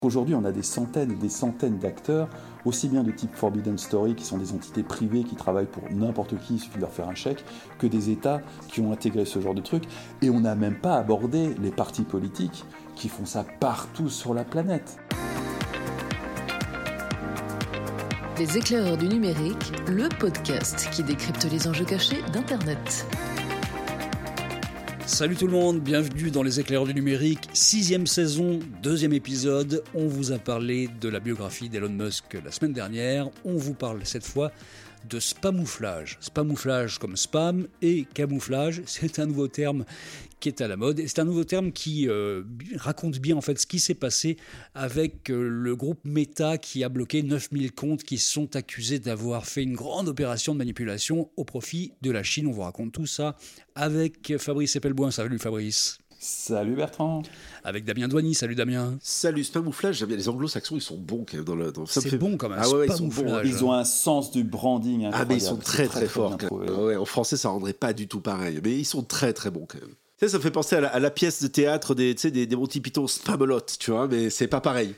Aujourd'hui, on a des centaines et des centaines d'acteurs, aussi bien de type Forbidden Story, qui sont des entités privées qui travaillent pour n'importe qui, il suffit de leur faire un chèque, que des États qui ont intégré ce genre de truc. Et on n'a même pas abordé les partis politiques qui font ça partout sur la planète. Les éclaireurs du numérique, le podcast qui décrypte les enjeux cachés d'Internet. Salut tout le monde, bienvenue dans Les éclaireurs du numérique, 6e saison, 2e épisode. On vous a parlé de la biographie d'Elon Musk la semaine dernière. On vous parle cette fois de spamouflage. Spamouflage comme spam et camouflage, c'est un nouveau terme qui est à la mode. Et c'est un nouveau terme qui raconte bien en fait ce qui s'est passé avec le groupe Meta qui a bloqué 9000 comptes qui sont accusés d'avoir fait une grande opération de manipulation au profit de la Chine. On vous raconte tout ça avec Fabrice Epelboin. Salut Fabrice. Salut Bertrand. Avec Damien Douany. Salut Damien. Salut, spamouflage, j'aime bien. Les anglo-saxons, ils sont bons quand même C'est bon quand même. Ah ouais, ils sont bons. Ils ont un sens du branding incroyable. Ah mais ils sont très forts. Ouais. En français, ça rendrait pas du tout pareil. Mais ils sont très bons quand même. Ça me fait penser à la pièce de théâtre des Monty Python, Spamalot, tu vois, mais c'est pas pareil.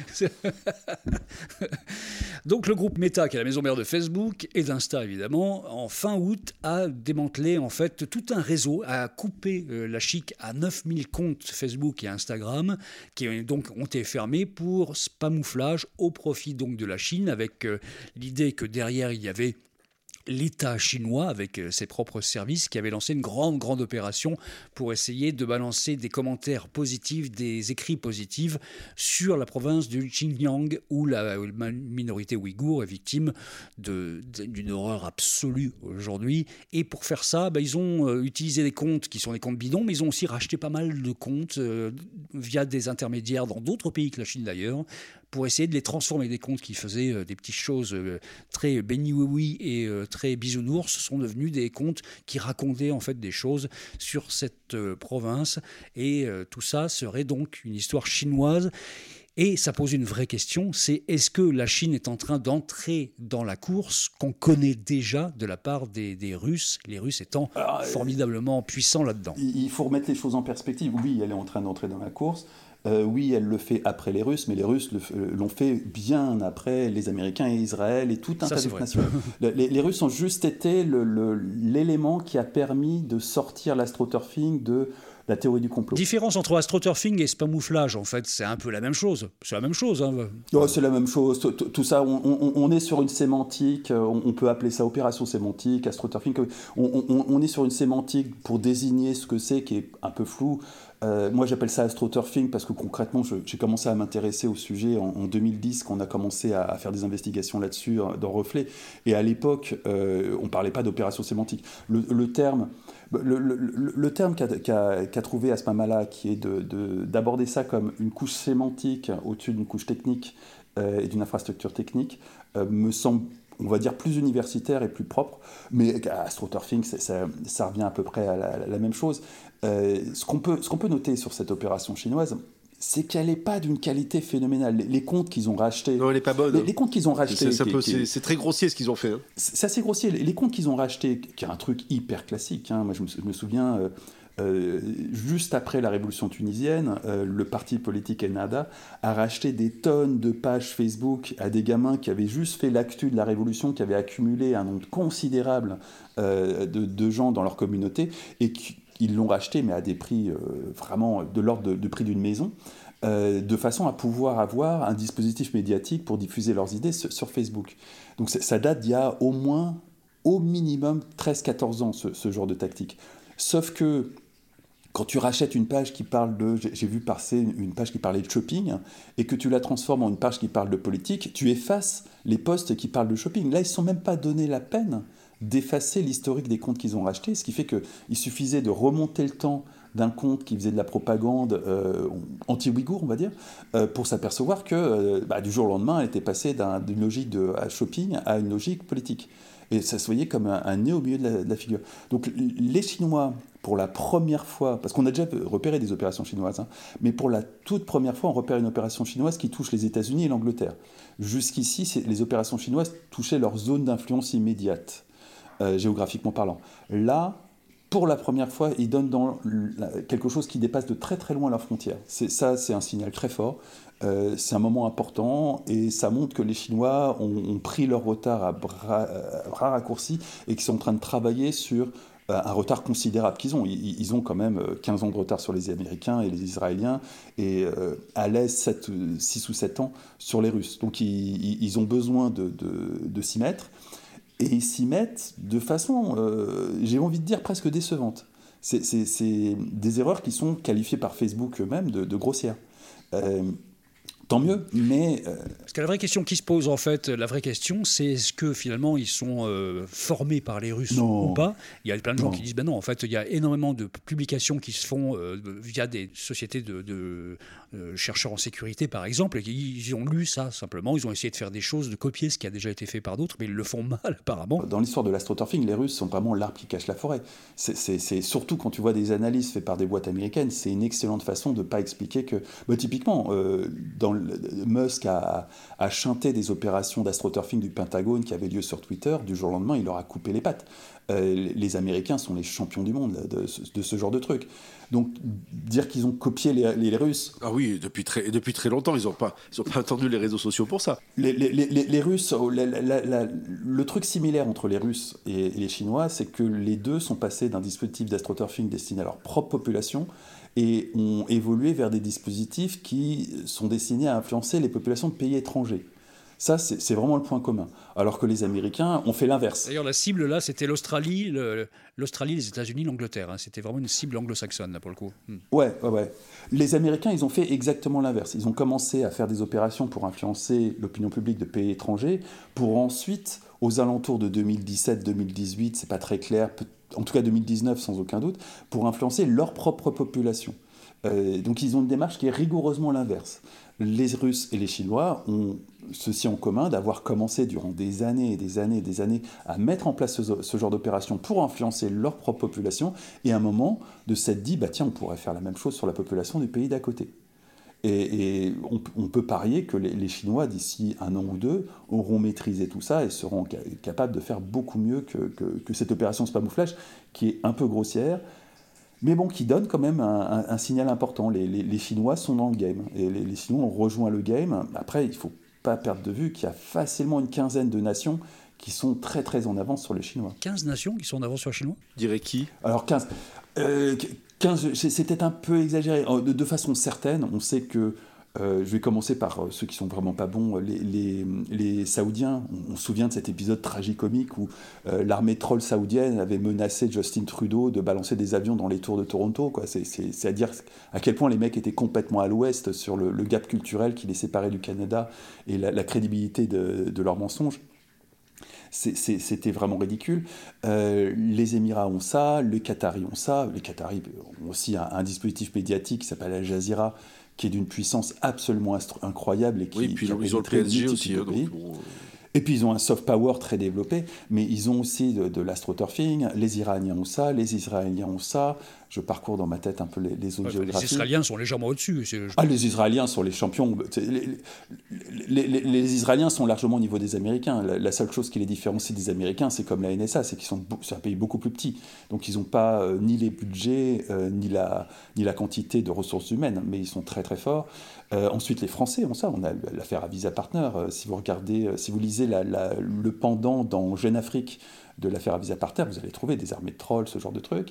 Donc le groupe Meta, qui est la maison mère de Facebook et d'Insta évidemment, en fin août a démantelé en fait tout un réseau, a coupé la chic à 9000 comptes Facebook et Instagram qui donc ont été fermés pour spamouflage au profit donc de la Chine, avec l'idée que derrière il y avait l'État chinois, avec ses propres services, qui avait lancé une grande opération pour essayer de balancer des commentaires positifs, des écrits positifs sur la province du Xinjiang, où la minorité ouïghour est victime d'une horreur absolue aujourd'hui. Et pour faire ça, ils ont utilisé des comptes qui sont des comptes bidons, mais ils ont aussi racheté pas mal de comptes via des intermédiaires dans d'autres pays que la Chine d'ailleurs, pour essayer de les transformer. Des comptes qui faisaient des petites choses très béni-oui-oui et très bisounours sont devenus des comptes qui racontaient en fait des choses sur cette province. Et tout ça serait donc une histoire chinoise. Et ça pose une vraie question, c'est est-ce que la Chine est en train d'entrer dans la course qu'on connaît déjà de la part des Russes, les Russes étant formidablement puissants là-dedans? Il faut remettre les choses en perspective. Oui, elle est en train d'entrer dans la course. Oui, elle le fait après les Russes, mais les Russes l'ont fait bien après les Américains et Israël et tout un tas de nations. Les Russes ont juste été l'élément qui a permis de sortir l'astroturfing de la théorie du complot. Différence entre astroturfing et spamouflage, en fait, c'est un peu la même chose. C'est la même chose. Hein. Oh, c'est la même chose. Tout ça, on est sur une sémantique. On peut appeler ça opération sémantique, astroturfing. On est sur une sémantique pour désigner ce que c'est qui est un peu flou. Moi, j'appelle ça astroturfing parce que concrètement, j'ai commencé à m'intéresser au sujet en 2010, quand on a commencé à faire des investigations là-dessus dans Reflet. Et à l'époque, on ne parlait pas d'opération sémantique. Le terme qu'a trouvé Asmamala, qui est d'aborder ça comme une couche sémantique au-dessus d'une couche technique et d'une infrastructure technique, me semble, on va dire, plus universitaire et plus propre. Mais astroturfing, ça revient à peu près à la même chose. Ce qu'on peut noter sur cette opération chinoise, c'est qu'elle n'est pas d'une qualité phénoménale. Les comptes qu'ils ont rachetés... Non, elle n'est pas bonne. Les comptes qu'ils ont rachetés... C'est très grossier ce qu'ils ont fait. Hein. C'est assez grossier. Les comptes qu'ils ont rachetés, qui est un truc hyper classique, hein. Moi je me souviens... juste après la révolution tunisienne, le parti politique Ennahda a racheté des tonnes de pages Facebook à des gamins qui avaient juste fait l'actu de la révolution, qui avaient accumulé un nombre considérable de gens dans leur communauté, et ils l'ont racheté, mais à des prix vraiment de l'ordre de prix d'une maison, de façon à pouvoir avoir un dispositif médiatique pour diffuser leurs idées sur Facebook. Donc ça date d'il y a au minimum 13-14 ans, ce genre de tactique. Sauf que quand tu rachètes une page qui parle j'ai vu passer une page qui parlait de shopping, et que tu la transformes en une page qui parle de politique, tu effaces les posts qui parlent de shopping. Là, ils ne se sont même pas donné la peine d'effacer l'historique des comptes qu'ils ont rachetés, ce qui fait qu'il suffisait de remonter le temps d'un compte qui faisait de la propagande anti-ouïghour, on va dire, pour s'apercevoir que du jour au lendemain, elle était passée d'une logique de shopping à une logique politique. Et ça se voyait comme un nez au milieu de la figure. Donc les Chinois, pour la première fois, parce qu'on a déjà repéré des opérations chinoises, hein, mais pour la toute première fois, on repère une opération chinoise qui touche les États-Unis et l'Angleterre. Jusqu'ici, les opérations chinoises touchaient leur zone d'influence immédiate, géographiquement parlant. Là, pour la première fois, ils donnent dans quelque chose qui dépasse de très très loin la frontière. C'est un signal très fort. C'est un moment important et ça montre que les Chinois ont pris leur retard à bras raccourcis et qu'ils sont en train de travailler sur un retard considérable qu'ils ont. Ils ont quand même 15 ans de retard sur les Américains et les Israéliens et à l'aise 6 ou 7 ans sur les Russes. Donc ils ont besoin de s'y mettre. Et ils s'y mettent de façon, j'ai envie de dire, presque décevante. C'est des erreurs qui sont qualifiées par Facebook eux-mêmes de grossières. Tant mieux, mais... Parce que la vraie question qui se pose, en fait, la vraie question, c'est est-ce que finalement ils sont formés par les Russes ou pas ? Il y a plein de gens qui disent, ben non, en fait, il y a énormément de publications qui se font via des sociétés de chercheurs en sécurité, par exemple, et ils ont lu ça, simplement, ils ont essayé de faire des choses, de copier ce qui a déjà été fait par d'autres, mais ils le font mal, apparemment. Dans l'histoire de l'astroturfing, les Russes sont vraiment l'arbre qui cache la forêt. C'est surtout quand tu vois des analyses faites par des boîtes américaines, c'est une excellente façon de ne pas expliquer que... typiquement, Musk a chanté des opérations d'astroturfing du Pentagone qui avaient lieu sur Twitter. Du jour au lendemain, il leur a coupé les pattes. Les Américains sont les champions du monde de ce genre de truc. Donc, dire qu'ils ont copié les Russes... Ah oui, depuis très longtemps, ils n'ont pas attendu les réseaux sociaux pour ça. Les Russes, le truc similaire entre les Russes et les Chinois, c'est que les deux sont passés d'un dispositif d'astroturfing destiné à leur propre population et ont évolué vers des dispositifs qui sont destinés à influencer les populations de pays étrangers. Ça, c'est vraiment le point commun. Alors que les Américains ont fait l'inverse. D'ailleurs, la cible, là, c'était l'Australie, les États-Unis, l'Angleterre. Hein. C'était vraiment une cible anglo-saxonne, là, pour le coup. Ouais. Les Américains, ils ont fait exactement l'inverse. Ils ont commencé à faire des opérations pour influencer l'opinion publique de pays étrangers, pour ensuite, aux alentours de 2017-2018, c'est pas très clair, en tout cas 2019 sans aucun doute, pour influencer leur propre population. Donc ils ont une démarche qui est rigoureusement l'inverse. Les Russes et les Chinois ont ceci en commun d'avoir commencé durant des années et des années et des années à mettre en place ce genre d'opération pour influencer leur propre population et à un moment de s'être dit, tiens, on pourrait faire la même chose sur la population du pays d'à côté. Et on peut parier que les Chinois, d'ici 1 an ou 2, auront maîtrisé tout ça et seront capables de faire beaucoup mieux que cette opération spamouflage qui est un peu grossière, mais bon, qui donne quand même un signal important. Les Chinois sont dans le game, et les Chinois ont rejoint le game. Après, il ne faut pas perdre de vue qu'il y a facilement une quinzaine de nations qui sont très très en avance sur les Chinois. 15 nations qui sont en avance sur les Chinois ? Dirais qui ? Alors 15, c'est peut-être un peu exagéré. De façon certaine, on sait que... je vais commencer par ceux qui sont vraiment pas bons. Les Saoudiens, on se souvient de cet épisode tragicomique où l'armée troll saoudienne avait menacé Justin Trudeau de balancer des avions dans les tours de Toronto. C'est à dire à quel point les mecs étaient complètement à l'ouest sur le gap culturel qui les séparait du Canada et la crédibilité de leurs mensonges. C'était vraiment ridicule. Les Émirats ont ça, les Qataris ont ça. Les Qataris ont aussi un dispositif médiatique qui s'appelle Al Jazeera, qui est d'une puissance absolument incroyable et qui... Oui, puis ils ont le PSG aussi. Et puis ils ont un soft power très développé, mais ils ont aussi de l'astroturfing. Les Iraniens ont ça, les Israéliens ont ça. Je parcours dans ma tête un peu les zones géographiques. Les Israéliens sont légèrement au-dessus. Les Israéliens sont les champions. Les Israéliens sont largement au niveau des Américains. La seule chose qui les différencie des Américains, c'est comme la NSA, c'est c'est un pays beaucoup plus petit. Donc ils n'ont pas ni les budgets, ni la quantité de ressources humaines, mais ils sont très très forts. Ensuite, les Français ont ça. On a l'affaire Avisa Partner. Si vous lisez le pendant dans Jeune Afrique de l'affaire Avisa Partner, vous allez trouver des armées de trolls, ce genre de trucs.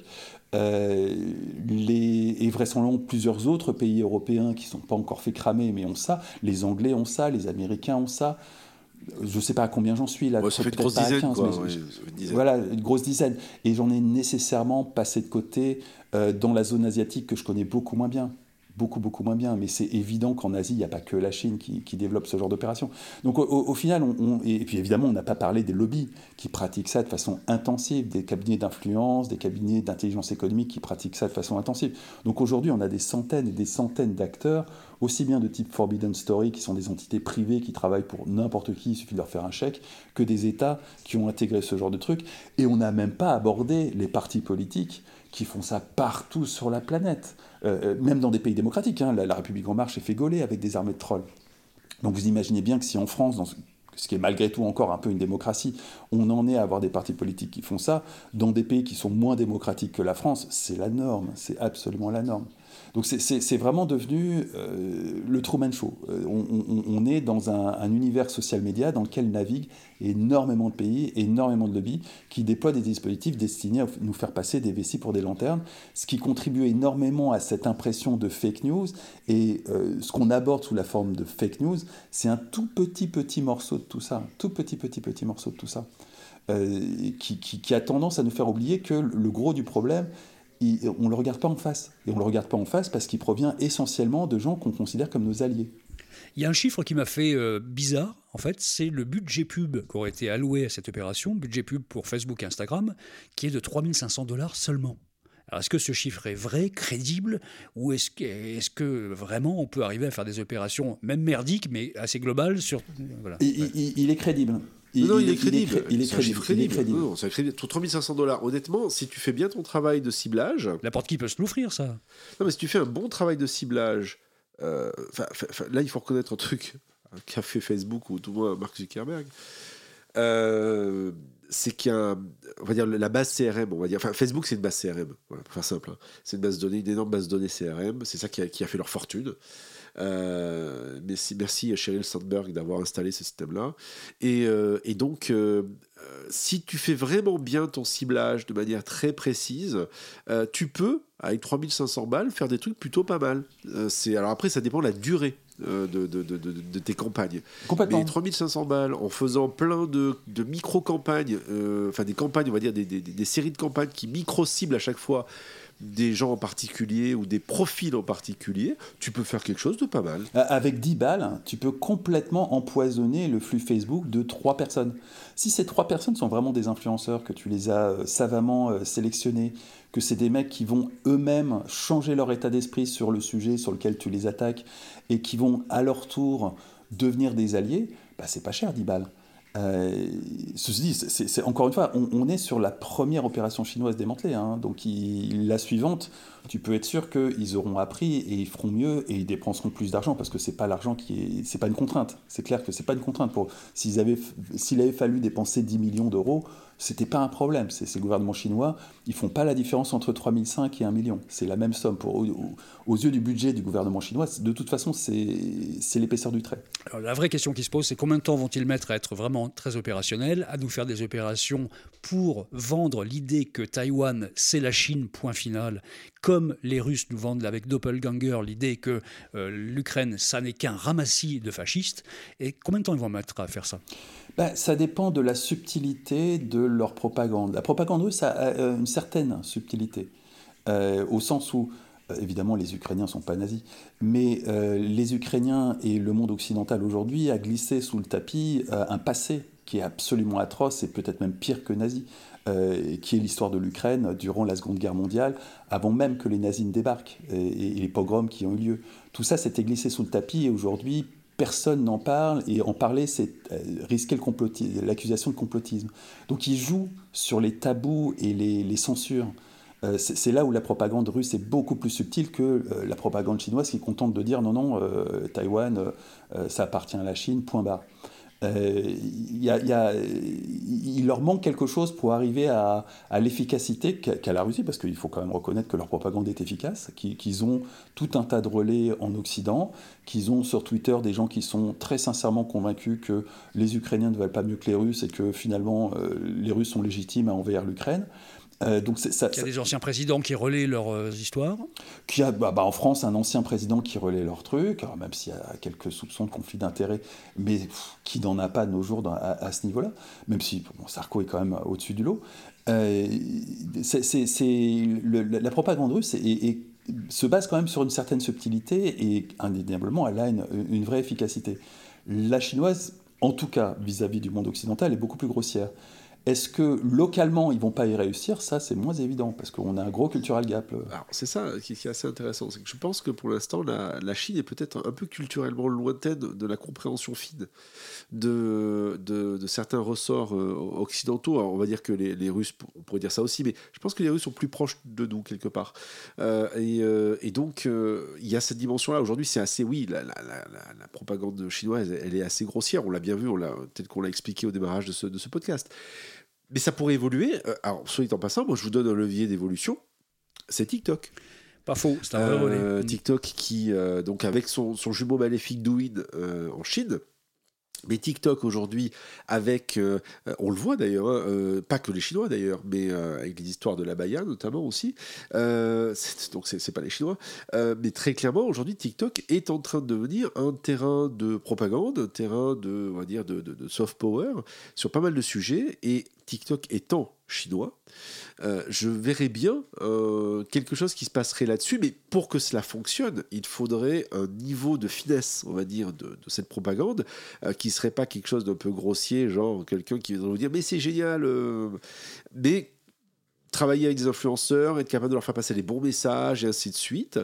Et vraisemblablement plusieurs autres pays européens qui ne sont pas encore fait cramer, mais ont ça. Les Anglais ont ça, les Américains ont ça. Je ne sais pas à combien j'en suis là. Ça fait une grosse dizaine, 15, quoi. Voilà, une grosse dizaine. Et j'en ai nécessairement passé de côté dans la zone asiatique que je connais beaucoup moins bien. Beaucoup moins bien, mais c'est évident qu'en Asie, il n'y a pas que la Chine qui développe ce genre d'opération. Donc au final, et puis évidemment, on n'a pas parlé des lobbies qui pratiquent ça de façon intensive, des cabinets d'influence, des cabinets d'intelligence économique qui pratiquent ça de façon intensive. Donc aujourd'hui, on a des centaines et des centaines d'acteurs, aussi bien de type Forbidden Story, qui sont des entités privées qui travaillent pour n'importe qui, il suffit de leur faire un chèque, que des États qui ont intégré ce genre de trucs. Et on n'a même pas abordé les partis politiques qui font ça partout sur la planète, même dans des pays démocratiques. La République En Marche est fait gauler avec des armées de trolls. Donc vous imaginez bien que si en France, ce qui est malgré tout encore un peu une démocratie, on en est à avoir des partis politiques qui font ça. Dans des pays qui sont moins démocratiques que la France, c'est la norme, c'est absolument la norme. Donc c'est vraiment devenu le Truman Show. On est dans un univers social média dans lequel naviguent énormément de pays, énormément de lobbies qui déploient des dispositifs destinés à nous faire passer des vessies pour des lanternes, ce qui contribue énormément à cette impression de fake news. Et ce qu'on aborde sous la forme de fake news, c'est un tout petit morceau de tout ça, un tout petit morceau de tout ça, qui a tendance à nous faire oublier que le gros du problème, on ne le regarde pas en face. Et on ne le regarde pas en face parce qu'il provient essentiellement de gens qu'on considère comme nos alliés. Il y a un chiffre qui m'a fait bizarre, en fait, c'est le budget pub qui aurait été alloué à cette opération, budget pub pour Facebook et Instagram, qui est de 3 500 $ seulement. Alors, est-ce que ce chiffre est vrai, crédible, ou est-ce que vraiment on peut arriver à faire des opérations, même merdiques, mais assez globales sur... Voilà. Il est crédible. Non, il est crédible. Il est C'est un chiffre crédible. crédible. Non, c'est crédible. 3 500 $. Honnêtement, si tu fais bien ton travail de ciblage... N'importe qui peut se l'offrir, ça. Non, mais si tu fais un bon travail de ciblage... là, il faut reconnaître un truc qu'a fait Facebook, ou tout le moins Mark Zuckerberg. C'est qu'il y a, on va dire, la base CRM, on va dire. Enfin, Facebook, c'est une base CRM, voilà, pour faire simple. Hein. C'est une base de données, une énorme base de données CRM. C'est ça qui a fait leur fortune. Merci à Sheryl Sandberg d'avoir installé ce système-là. Et donc, si tu fais vraiment bien ton ciblage de manière très précise, tu peux, avec 3 500 $, faire des trucs plutôt pas mal. Alors après, ça dépend de la durée de tes campagnes. Mais 3 500 $, en faisant plein de micro-campagnes, enfin des campagnes, on va dire des séries de campagnes qui micro-ciblent à chaque fois des gens en particulier ou des profils en particulier, tu peux faire quelque chose de pas mal. Avec 10 balles, tu peux complètement empoisonner le flux Facebook de 3 personnes. Si ces 3 personnes sont vraiment des influenceurs, que tu les as savamment sélectionnés, que c'est des mecs qui vont eux-mêmes changer leur état d'esprit sur le sujet sur lequel tu les attaques et qui vont à leur tour devenir des alliés, bah c'est pas cher 10 balles. Ceci dit, c'est encore une fois, on est sur la première opération chinoise démantelée, hein, donc la suivante, tu peux être sûr qu'ils auront appris et ils feront mieux et ils dépenseront plus d'argent parce que c'est pas l'argent c'est pas une contrainte. C'est clair que c'est pas une contrainte s'il avait fallu dépenser 10 millions d'euros, c'était pas un problème. C'est le gouvernement chinois, ils font pas la différence entre 3 500 et 1 million. C'est la même somme aux yeux du budget du gouvernement chinois. De toute façon, c'est l'épaisseur du trait. Alors, la vraie question qui se pose, c'est combien de temps vont-ils mettre à être vraiment très opérationnels, à nous faire des opérations pour vendre l'idée que Taïwan, c'est la Chine, point final, comme les Russes nous vendent avec Doppelganger l'idée que l'Ukraine, ça n'est qu'un ramassis de fascistes. Et combien de temps ils vont mettre à faire ça ? Ça dépend de la subtilité de leur propagande. La propagande russe a une certaine subtilité, au sens où, évidemment, les Ukrainiens ne sont pas nazis, mais les Ukrainiens et le monde occidental aujourd'hui a glissé sous le tapis un passé qui est absolument atroce et peut-être même pire que nazi, qui est l'histoire de l'Ukraine durant la Seconde Guerre mondiale, avant même que les nazis ne débarquent, et les pogroms qui ont eu lieu. Tout ça s'était glissé sous le tapis et aujourd'hui, personne n'en parle, et en parler, c'est risquer l'accusation de complotisme. Donc ils jouent sur les tabous et les censures. C'est là où la propagande russe est beaucoup plus subtile que la propagande chinoise qui est contente de dire non, Taïwan, ça appartient à la Chine, point barre. Il leur manque quelque chose pour arriver à l'efficacité qu'a la Russie, parce qu'il faut quand même reconnaître que leur propagande est efficace, qu'ils ont tout un tas de relais en Occident, qu'ils ont sur Twitter des gens qui sont très sincèrement convaincus que les Ukrainiens ne valent pas mieux que les Russes et que finalement les Russes sont légitimes à envahir l'Ukraine. Donc qu'il y a des anciens présidents qui relaient leurs histoires. Qu'il y a en France un ancien président qui relaie leurs trucs, alors même s'il y a quelques soupçons de conflit d'intérêts, mais qui n'en a pas de nos jours à ce niveau-là, même si Sarko est quand même au-dessus du lot. La propagande russe se base quand même sur une certaine subtilité et indéniablement elle a une vraie efficacité. La chinoise, en tout cas vis-à-vis du monde occidental, est beaucoup plus grossière. Est-ce que localement, ils vont pas y réussir? Ça, c'est moins évident, parce qu'on a un gros cultural gap. Alors, c'est ça qui est assez intéressant. C'est que je pense que pour l'instant, la Chine est peut-être un peu culturellement lointaine de la compréhension fine de certains ressorts occidentaux. Alors, on va dire que les Russes, on pourrait dire ça aussi, mais je pense que les Russes sont plus proches de nous, quelque part. Et donc, il y a cette dimension-là. Aujourd'hui, c'est assez... Oui, la propagande chinoise, elle est assez grossière. On l'a bien vu, peut-être qu'on l'a expliqué au démarrage de ce podcast. Mais ça pourrait évoluer. Alors, soit dit en passant, moi, je vous donne un levier d'évolution. C'est TikTok. Pas faux, c'est un vrai relais. TikTok qui, donc avec son jumeau maléfique Douyin en Chine. Mais TikTok aujourd'hui, avec, on le voit d'ailleurs, pas que les Chinois d'ailleurs, mais avec les histoires de l'abaya notamment aussi, donc c'est pas les Chinois, mais très clairement aujourd'hui TikTok est en train de devenir un terrain de propagande, un terrain de, on va dire, de soft power sur pas mal de sujets, et TikTok étant chinois, je verrais bien quelque chose qui se passerait là-dessus, mais pour que cela fonctionne, il faudrait un niveau de finesse, on va dire, de cette propagande, qui serait pas quelque chose d'un peu grossier, genre quelqu'un qui viendrait vous dire « mais c'est génial !» mais travailler avec des influenceurs, être capable de leur faire passer les bons messages, et ainsi de suite.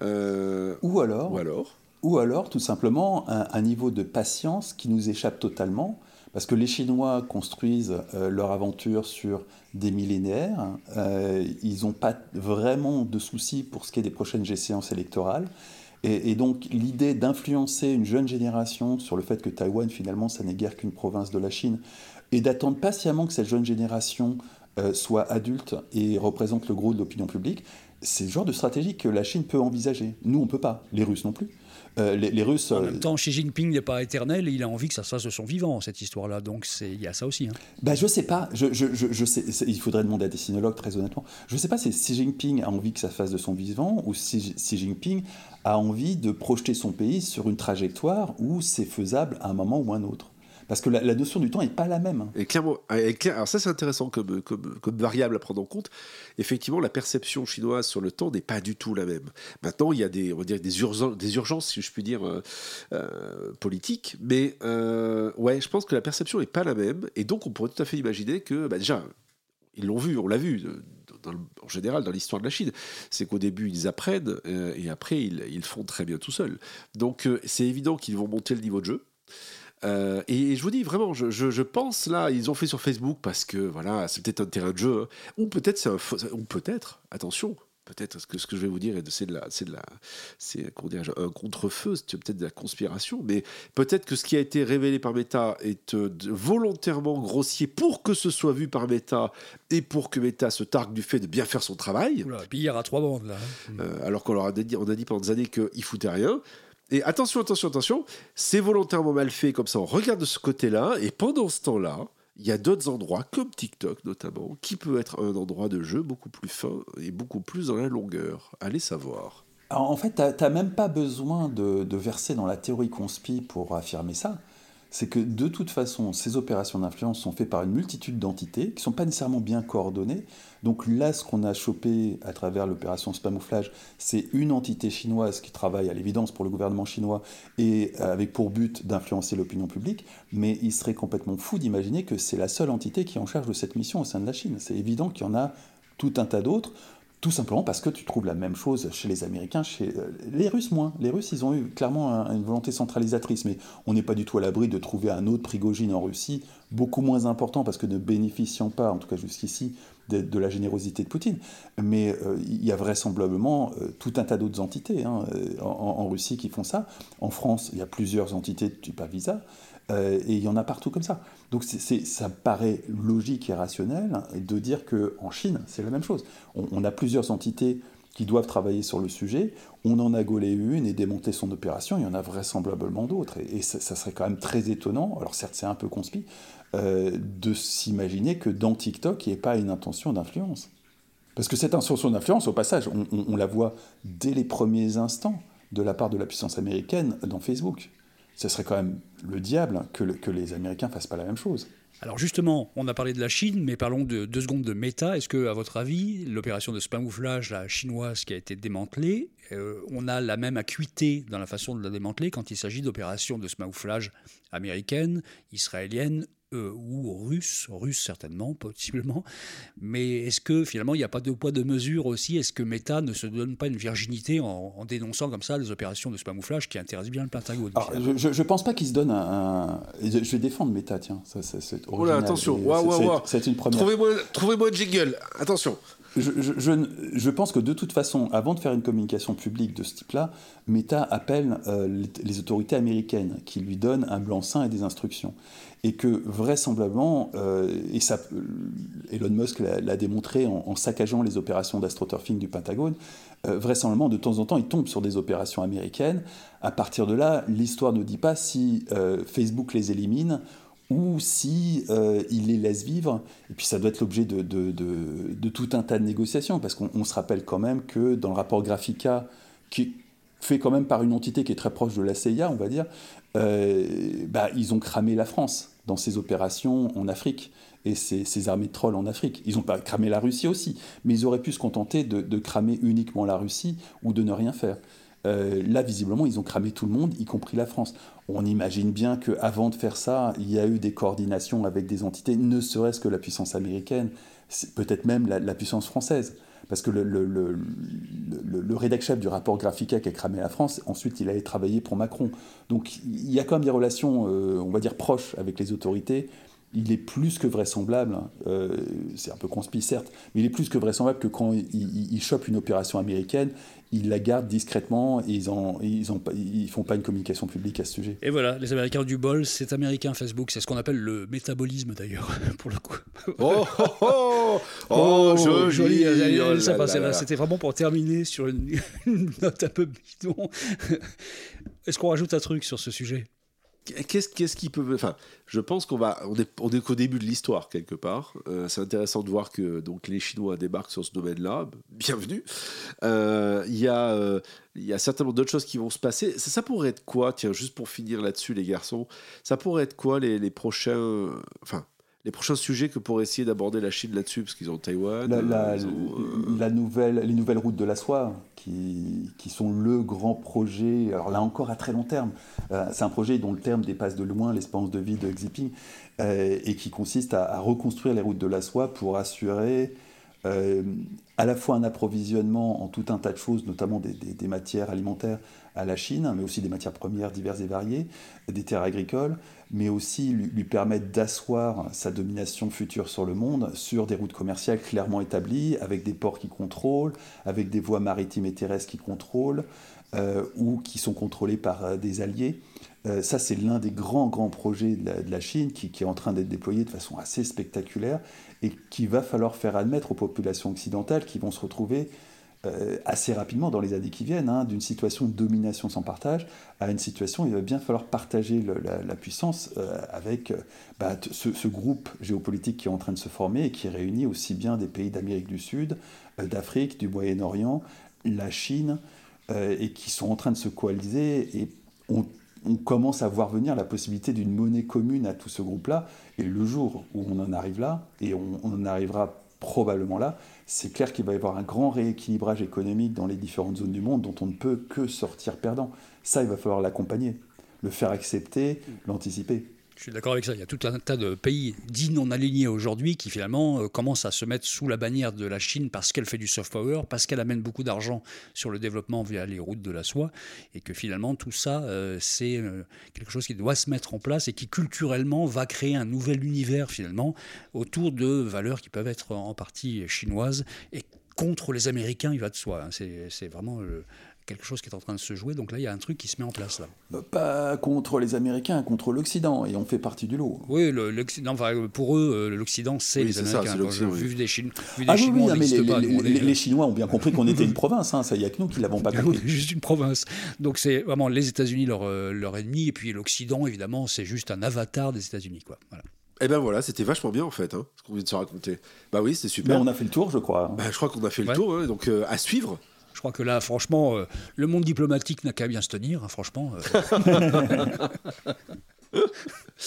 Ou alors, tout simplement, un niveau de patience qui nous échappe totalement. Parce que les Chinois construisent leur aventure sur des millénaires, ils n'ont pas vraiment de soucis pour ce qui est des prochaines échéances électorales. Et donc l'idée d'influencer une jeune génération sur le fait que Taïwan, finalement, ça n'est guère qu'une province de la Chine, et d'attendre patiemment que cette jeune génération soit adulte et représente le gros de l'opinion publique, c'est le genre de stratégie que la Chine peut envisager. Nous, on ne peut pas, les Russes non plus. Les Russes, en même temps, Xi Jinping n'est pas éternel et il a envie que ça se fasse de son vivant, cette histoire-là. Donc il y a ça aussi. Je sais pas. Je sais, il faudrait demander à des sinologues, très honnêtement. Je ne sais pas si Xi Jinping a envie que ça se fasse de son vivant ou si Xi Jinping a envie de projeter son pays sur une trajectoire où c'est faisable à un moment ou à un autre. Parce que la notion du temps n'est pas la même. Et clairement, alors ça c'est intéressant comme variable à prendre en compte. Effectivement, la perception chinoise sur le temps n'est pas du tout la même. Maintenant, il y a des urgences, si je puis dire, politiques. Mais ouais, je pense que la perception n'est pas la même. Et donc, on pourrait tout à fait imaginer que, déjà, ils l'ont vu, on l'a vu, en général, dans l'histoire de la Chine. C'est qu'au début, ils apprennent et après, ils font très bien tout seuls. Donc, c'est évident qu'ils vont monter le niveau de jeu. Et je vous dis vraiment, je pense là, ils ont fait sur Facebook parce que voilà, c'est peut-être un terrain de jeu, hein, ou peut-être attention, peut-être que ce que je vais vous dire c'est un contre-feu, c'est peut-être de la conspiration, mais peut-être que ce qui a été révélé par Meta est volontairement grossier pour que ce soit vu par Meta et pour que Meta se targue du fait de bien faire son travail. Oula, et puis il y aura 3 bandes là. Alors qu'on on a dit pendant des années qu'ils foutaient rien. Et attention, c'est volontairement mal fait, comme ça on regarde de ce côté-là, et pendant ce temps-là, il y a d'autres endroits, comme TikTok notamment, qui peut être un endroit de jeu beaucoup plus fin et beaucoup plus dans la longueur. Allez savoir. Alors, en fait, t'as même pas besoin de verser dans la théorie conspi pour affirmer ça. C'est que de toute façon, ces opérations d'influence sont faites par une multitude d'entités qui ne sont pas nécessairement bien coordonnées. Donc là, ce qu'on a chopé à travers l'opération Spamouflage, c'est une entité chinoise qui travaille à l'évidence pour le gouvernement chinois et avec pour but d'influencer l'opinion publique. Mais il serait complètement fou d'imaginer que c'est la seule entité qui est en charge de cette mission au sein de la Chine. C'est évident qu'il y en a tout un tas d'autres. Tout simplement parce que tu trouves la même chose chez les Américains, chez les Russes moins. Les Russes, ils ont eu clairement une volonté centralisatrice, mais on n'est pas du tout à l'abri de trouver un autre Prigojine en Russie, beaucoup moins important parce que ne bénéficiant pas, en tout cas jusqu'ici, de la générosité de Poutine. Mais il y a vraisemblablement tout un tas d'autres entités en Russie qui font ça. En France, il y a plusieurs entités de type Avisa. Et il y en a partout comme ça. Donc ça paraît logique et rationnel de dire qu'en Chine, c'est la même chose. On a plusieurs entités qui doivent travailler sur le sujet. On en a gaulé une et démonté son opération. Il y en a vraisemblablement d'autres. Et ça serait quand même très étonnant, alors certes c'est un peu conspi, de s'imaginer que dans TikTok, il n'y ait pas une intention d'influence. Parce que cette intention d'influence, au passage, on la voit dès les premiers instants de la part de la puissance américaine dans Facebook. Ce serait quand même le diable que les Américains ne fassent pas la même chose. Alors justement, on a parlé de la Chine, mais parlons de 2 secondes de Meta. Est-ce que, à votre avis, l'opération de spamouflage chinoise qui a été démantelée, on a la même acuité dans la façon de la démanteler quand il s'agit d'opérations de spamouflage américaines, israéliennes ou russe certainement, possiblement. Mais est-ce que finalement il n'y a pas de poids de mesure aussi? Est-ce que Meta ne se donne pas une virginité en dénonçant comme ça les opérations de spamouflage qui intéressent bien le Pentagone? Alors, je ne pense pas qu'il se donne je vais défendre Meta, tiens. C'est oh là, attention, c'est une première. Trouvez-moi un jingle, attention. Je pense que de toute façon, avant de faire une communication publique de ce type-là, Meta appelle les autorités américaines qui lui donnent un blanc-seing et des instructions. Et que vraisemblablement, Elon Musk l'a démontré en saccageant les opérations d'astroturfing du Pentagone, vraisemblablement de temps en temps il tombe sur des opérations américaines. À partir de là, l'histoire ne dit pas si Facebook les élimine ou si il les laisse vivre. Et puis ça doit être l'objet de tout un tas de négociations, parce qu'on se rappelle quand même que dans le rapport Graphica, qui est fait quand même par une entité qui est très proche de la CIA, on va dire, ils ont cramé la France dans ces opérations en Afrique et ces armées de trolls en Afrique. Ils n'ont pas cramé la Russie aussi, mais ils auraient pu se contenter de cramer uniquement la Russie ou de ne rien faire. Là, visiblement, ils ont cramé tout le monde, y compris la France. On imagine bien qu'avant de faire ça, il y a eu des coordinations avec des entités, ne serait-ce que la puissance américaine, peut-être même la puissance française. Parce que le rédac-chef du rapport Graphica qui a cramé la France, ensuite il allait travailler pour Macron. Donc il y a quand même des relations, on va dire, proches avec les autorités. Il est plus que vraisemblable, c'est un peu conspi certes, mais il est plus que vraisemblable que quand il chope une opération américaine, ils la gardent discrètement et ils font pas une communication publique à ce sujet. Et voilà, les Américains ont du bol, c'est américain Facebook, c'est ce qu'on appelle le métabolisme d'ailleurs, pour le coup. Joli. C'était vraiment pour terminer sur une note un peu bidon. Est-ce qu'on rajoute un truc sur ce sujet ? Qu'est-ce qui peut... Enfin, je pense on est qu'au début de l'histoire, quelque part. C'est intéressant de voir que donc, les Chinois débarquent sur ce domaine-là. Bienvenue. Il y a certainement d'autres choses qui vont se passer. Ça pourrait être quoi, tiens, juste pour finir là-dessus, les garçons, ça pourrait être quoi les prochains... Enfin, les prochains sujets que pourrait essayer d'aborder la Chine là-dessus, parce qu'ils ont Taïwan. Les nouvelles routes de la soie, qui sont le grand projet, alors là encore à très long terme. C'est un projet dont le terme dépasse de loin l'espérance de vie de Xi Jinping, et qui consiste à reconstruire les routes de la soie pour assurer à la fois un approvisionnement en tout un tas de choses, notamment des matières alimentaires à la Chine, mais aussi des matières premières diverses et variées, des terres agricoles, mais aussi lui permettre d'asseoir sa domination future sur le monde, sur des routes commerciales clairement établies, avec des ports qui contrôlent, avec des voies maritimes et terrestres qui contrôlent, ou qui sont contrôlées par des alliés. Ça, c'est l'un des grands projets de la Chine qui est en train d'être déployé de façon assez spectaculaire et qu'il va falloir faire admettre aux populations occidentales qui vont se retrouver assez rapidement dans les années qui viennent, d'une situation de domination sans partage à une situation où il va bien falloir partager la puissance avec ce groupe géopolitique qui est en train de se former et qui réunit aussi bien des pays d'Amérique du Sud, d'Afrique, du Moyen-Orient, la Chine, et qui sont en train de se coaliser, et on commence à voir venir la possibilité d'une monnaie commune à tout ce groupe-là, et le jour où on en arrive là, et on en arrivera probablement là, c'est clair qu'il va y avoir un grand rééquilibrage économique dans les différentes zones du monde dont on ne peut que sortir perdant. Ça, il va falloir l'accompagner, le faire accepter, l'anticiper. Je suis d'accord avec ça. Il y a tout un tas de pays dits non alignés aujourd'hui qui finalement commencent à se mettre sous la bannière de la Chine parce qu'elle fait du soft power, parce qu'elle amène beaucoup d'argent sur le développement via les routes de la soie, et que finalement tout ça, c'est quelque chose qui doit se mettre en place et qui culturellement va créer un nouvel univers finalement autour de valeurs qui peuvent être en partie chinoises et contre les Américains, il va de soi. C'est vraiment... quelque chose qui est en train de se jouer, donc là il y a un truc qui se met en place là. Pas contre les Américains, contre l'Occident, et on fait partie du lot. Oui, l'Occident, pour eux, l'Occident c'est les Américains. Vu des Chinois, les Chinois ont bien compris qu'on était une province, ça il n'y a que nous qui ne l'avons pas compris. Juste une province. Donc c'est vraiment les États-Unis leur ennemi, et puis l'Occident évidemment c'est juste un avatar des États-Unis, quoi. Voilà. Et ben voilà, c'était vachement bien en fait, ce qu'on vient de se raconter. Bah oui, c'était super. Mais on a fait le tour, je crois. Je crois qu'on a fait le tour, donc à suivre. Je crois que là, franchement, le monde diplomatique n'a qu'à bien se tenir, franchement.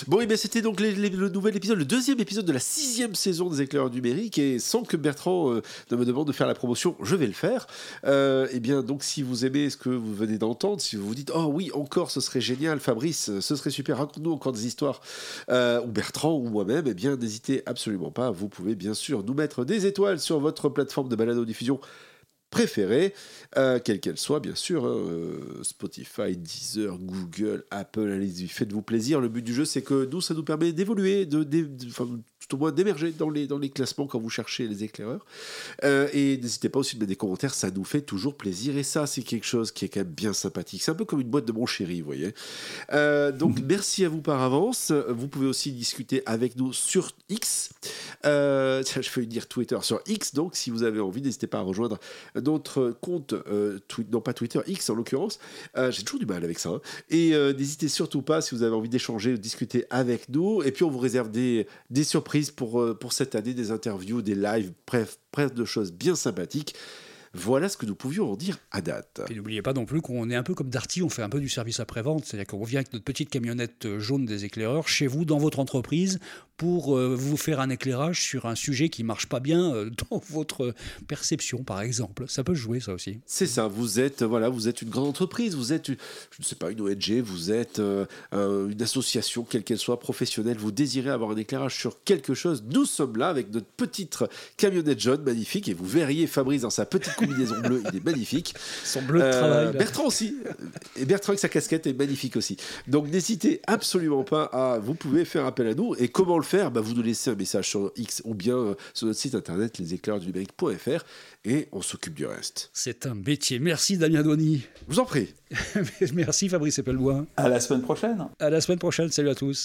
Bon, et bien c'était donc le nouvel épisode, le 2e épisode de la 6e saison des éclaireurs numériques, et sans que Bertrand ne me demande de faire la promotion, je vais le faire. Et bien donc si vous aimez ce que vous venez d'entendre, si vous vous dites « Oh oui, encore, ce serait génial, Fabrice, ce serait super, raconte-nous encore des histoires », ou Bertrand ou moi-même, eh bien n'hésitez absolument pas, vous pouvez bien sûr nous mettre des étoiles sur votre plateforme de balado-diffusion préférée, quelle qu'elle soit, bien sûr, Spotify, Deezer, Google, Apple, allez-y, faites-vous plaisir. Le but du jeu, c'est que nous, ça nous permet d'évoluer, tout au moins d'émerger dans les classements quand vous cherchez les éclaireurs. Et n'hésitez pas aussi de mettre des commentaires, ça nous fait toujours plaisir. Et ça, c'est quelque chose qui est quand même bien sympathique. C'est un peu comme une boîte de mon chéri, vous voyez. Donc, merci à vous par avance. Vous pouvez aussi discuter avec nous sur X. Je vais dire Twitter, sur X. Donc, si vous avez envie, n'hésitez pas à rejoindre notre compte, non pas Twitter, X en l'occurrence. J'ai toujours du mal avec ça. Hein. Et n'hésitez surtout pas, si vous avez envie d'échanger ou de discuter avec nous. Et puis, on vous réserve des surprises pour cette année, des interviews, des lives, bref, de choses bien sympathiques. Voilà ce que nous pouvions en dire à date. Et n'oubliez pas non plus qu'on est un peu comme Darty, on fait un peu du service après-vente, c'est-à-dire qu'on revient avec notre petite camionnette jaune des éclaireurs chez vous, dans votre entreprise, pour vous faire un éclairage sur un sujet qui ne marche pas bien dans votre perception, par exemple. Ça peut jouer, ça aussi. C'est ça, vous êtes une grande entreprise, vous êtes, je ne sais pas, une ONG, vous êtes une association, quelle qu'elle soit, professionnelle, vous désirez avoir un éclairage sur quelque chose, nous sommes là avec notre petite camionnette jaune magnifique, et vous verriez Fabrice dans sa petite combinaison bleue, il est magnifique. Son bleu de travail. Là. Bertrand aussi, et Bertrand avec sa casquette est magnifique aussi. Donc n'hésitez absolument pas vous pouvez faire appel à nous, et comment le faire? Vous nous laissez un message sur X ou bien sur notre site internet leséclaireurdunumérique.fr et on s'occupe du reste. C'est un métier. Merci Damien Douany. Je vous en prie. Merci Fabrice Epelboin. À la semaine prochaine. À la semaine prochaine. Salut à tous.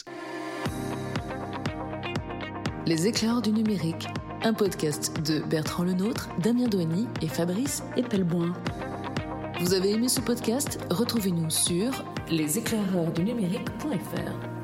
Les éclaireurs du numérique, un podcast de Bertrand Lenôtre, Damien Douany et Fabrice Epelboin. Vous avez aimé ce podcast? Retrouvez-nous sur leséclaireurdunumérique.fr.